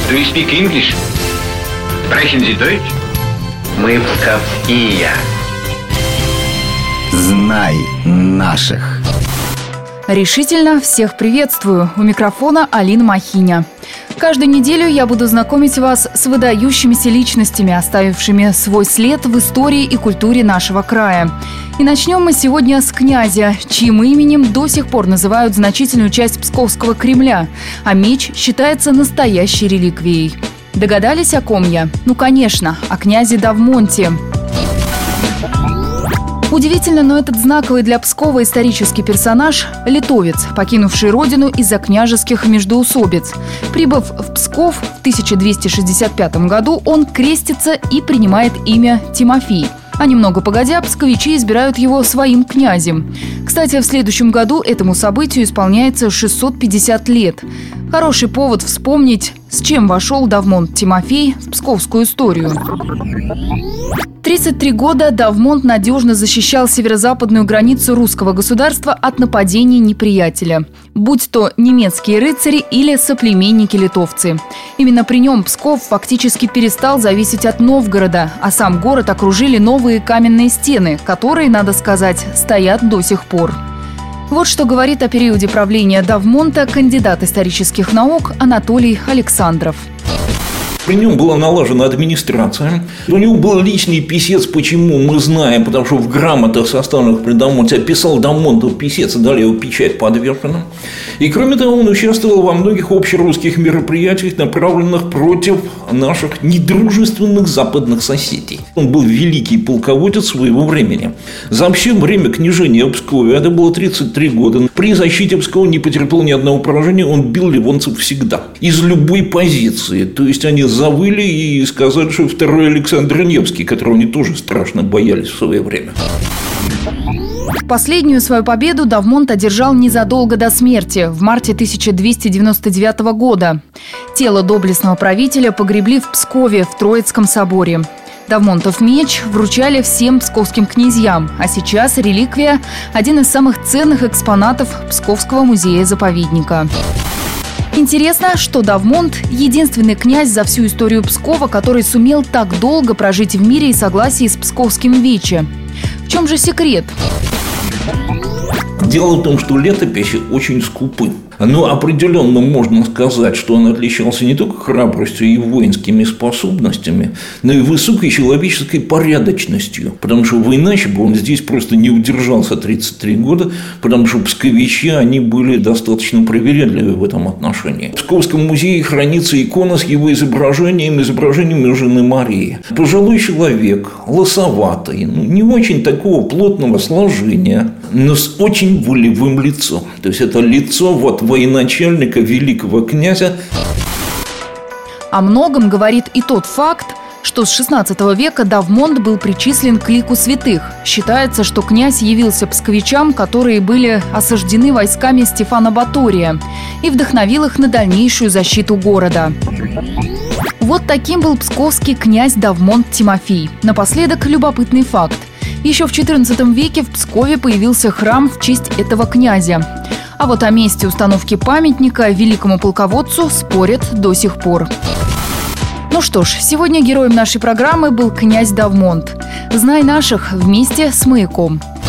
Do you speak English? Sprechen Sie Deutsch? Мы псковские. Знай наших. Решительно всех приветствую. У микрофона Алина Махиня. Каждую неделю я буду знакомить вас с выдающимися личностями, оставившими свой след в истории и культуре нашего края. И начнем мы сегодня с князя, чьим именем до сих пор называют значительную часть Псковского Кремля, а меч считается настоящей реликвией. Догадались, о ком я? Ну, конечно, о князе Давмонте. Удивительно, но этот знаковый для Пскова исторический персонаж – литовец, покинувший родину из-за княжеских междоусобиц. Прибыв в Псков в 1265 году, он крестится и принимает имя Тимофей. А немного погодя, псковичи избирают его своим князем. Кстати, в следующем году этому событию исполняется 650 лет. Хороший повод вспомнить, с чем вошел Давмонт Тимофей в псковскую историю. 33 года Давмонт надежно защищал северо-западную границу русского государства от нападений неприятеля, будь то немецкие рыцари или соплеменники-литовцы. Именно при нем Псков фактически перестал зависеть от Новгорода, а сам город окружили новые каменные стены, которые, надо сказать, стоят до сих пор. Вот что говорит о периоде правления Давмонта кандидат исторических наук Анатолий Александров. При нем была налажена администрация. У него был личный писец, почему мы знаем, потому что в грамотах, составленных при Давмонте, описал Давмонтов писец и дали его печать подверженным. И кроме того, он участвовал во многих общерусских мероприятиях, направленных против наших недружественных западных соседей. Он был великий полководец своего времени. За вообще время княжения Пскова, это было 33 года, при защите Пскова не потерпел ни одного поражения, он бил ливонцев всегда. Из любой позиции. То есть, они завыли и сказали, что второй Александр Невский, которого они тоже страшно боялись в свое время. Последнюю свою победу Давмонт одержал незадолго до смерти, в марте 1299 года. Тело доблестного правителя погребли в Пскове, в Троицком соборе. Давмонтов меч вручали всем псковским князьям, а сейчас реликвия – один из самых ценных экспонатов Псковского музея-заповедника. Интересно, что Давмонт – единственный князь за всю историю Пскова, который сумел так долго прожить в мире и согласии с псковским вече. В чем же секрет? Дело в том, что летописи очень скупы. Но определенно можно сказать, что он отличался не только храбростью и воинскими способностями, но и высокой человеческой порядочностью. Потому что иначе бы он здесь просто не удержался 33 года, потому что псковичи, они были достаточно привередливы в этом отношении. В Псковском музее хранится икона с его изображением жены Марии. Пожилой человек, лысоватый, не очень такого плотного сложения, но с очень волевым лицом. То есть, это лицо военачальника, великого князя. О многом говорит и тот факт, что с XVI века Давмонт был причислен к лику святых. Считается, что князь явился псковичам, которые были осаждены войсками Стефана Батория, и вдохновил их на дальнейшую защиту города. Вот таким был псковский князь Давмонт Тимофей. Напоследок любопытный факт. Еще в XIV веке в Пскове появился храм в честь этого князя. А вот о месте установки памятника великому полководцу спорят до сих пор. Ну что ж, сегодня героем нашей программы был князь Давмонт. Знай наших вместе с «Маяком».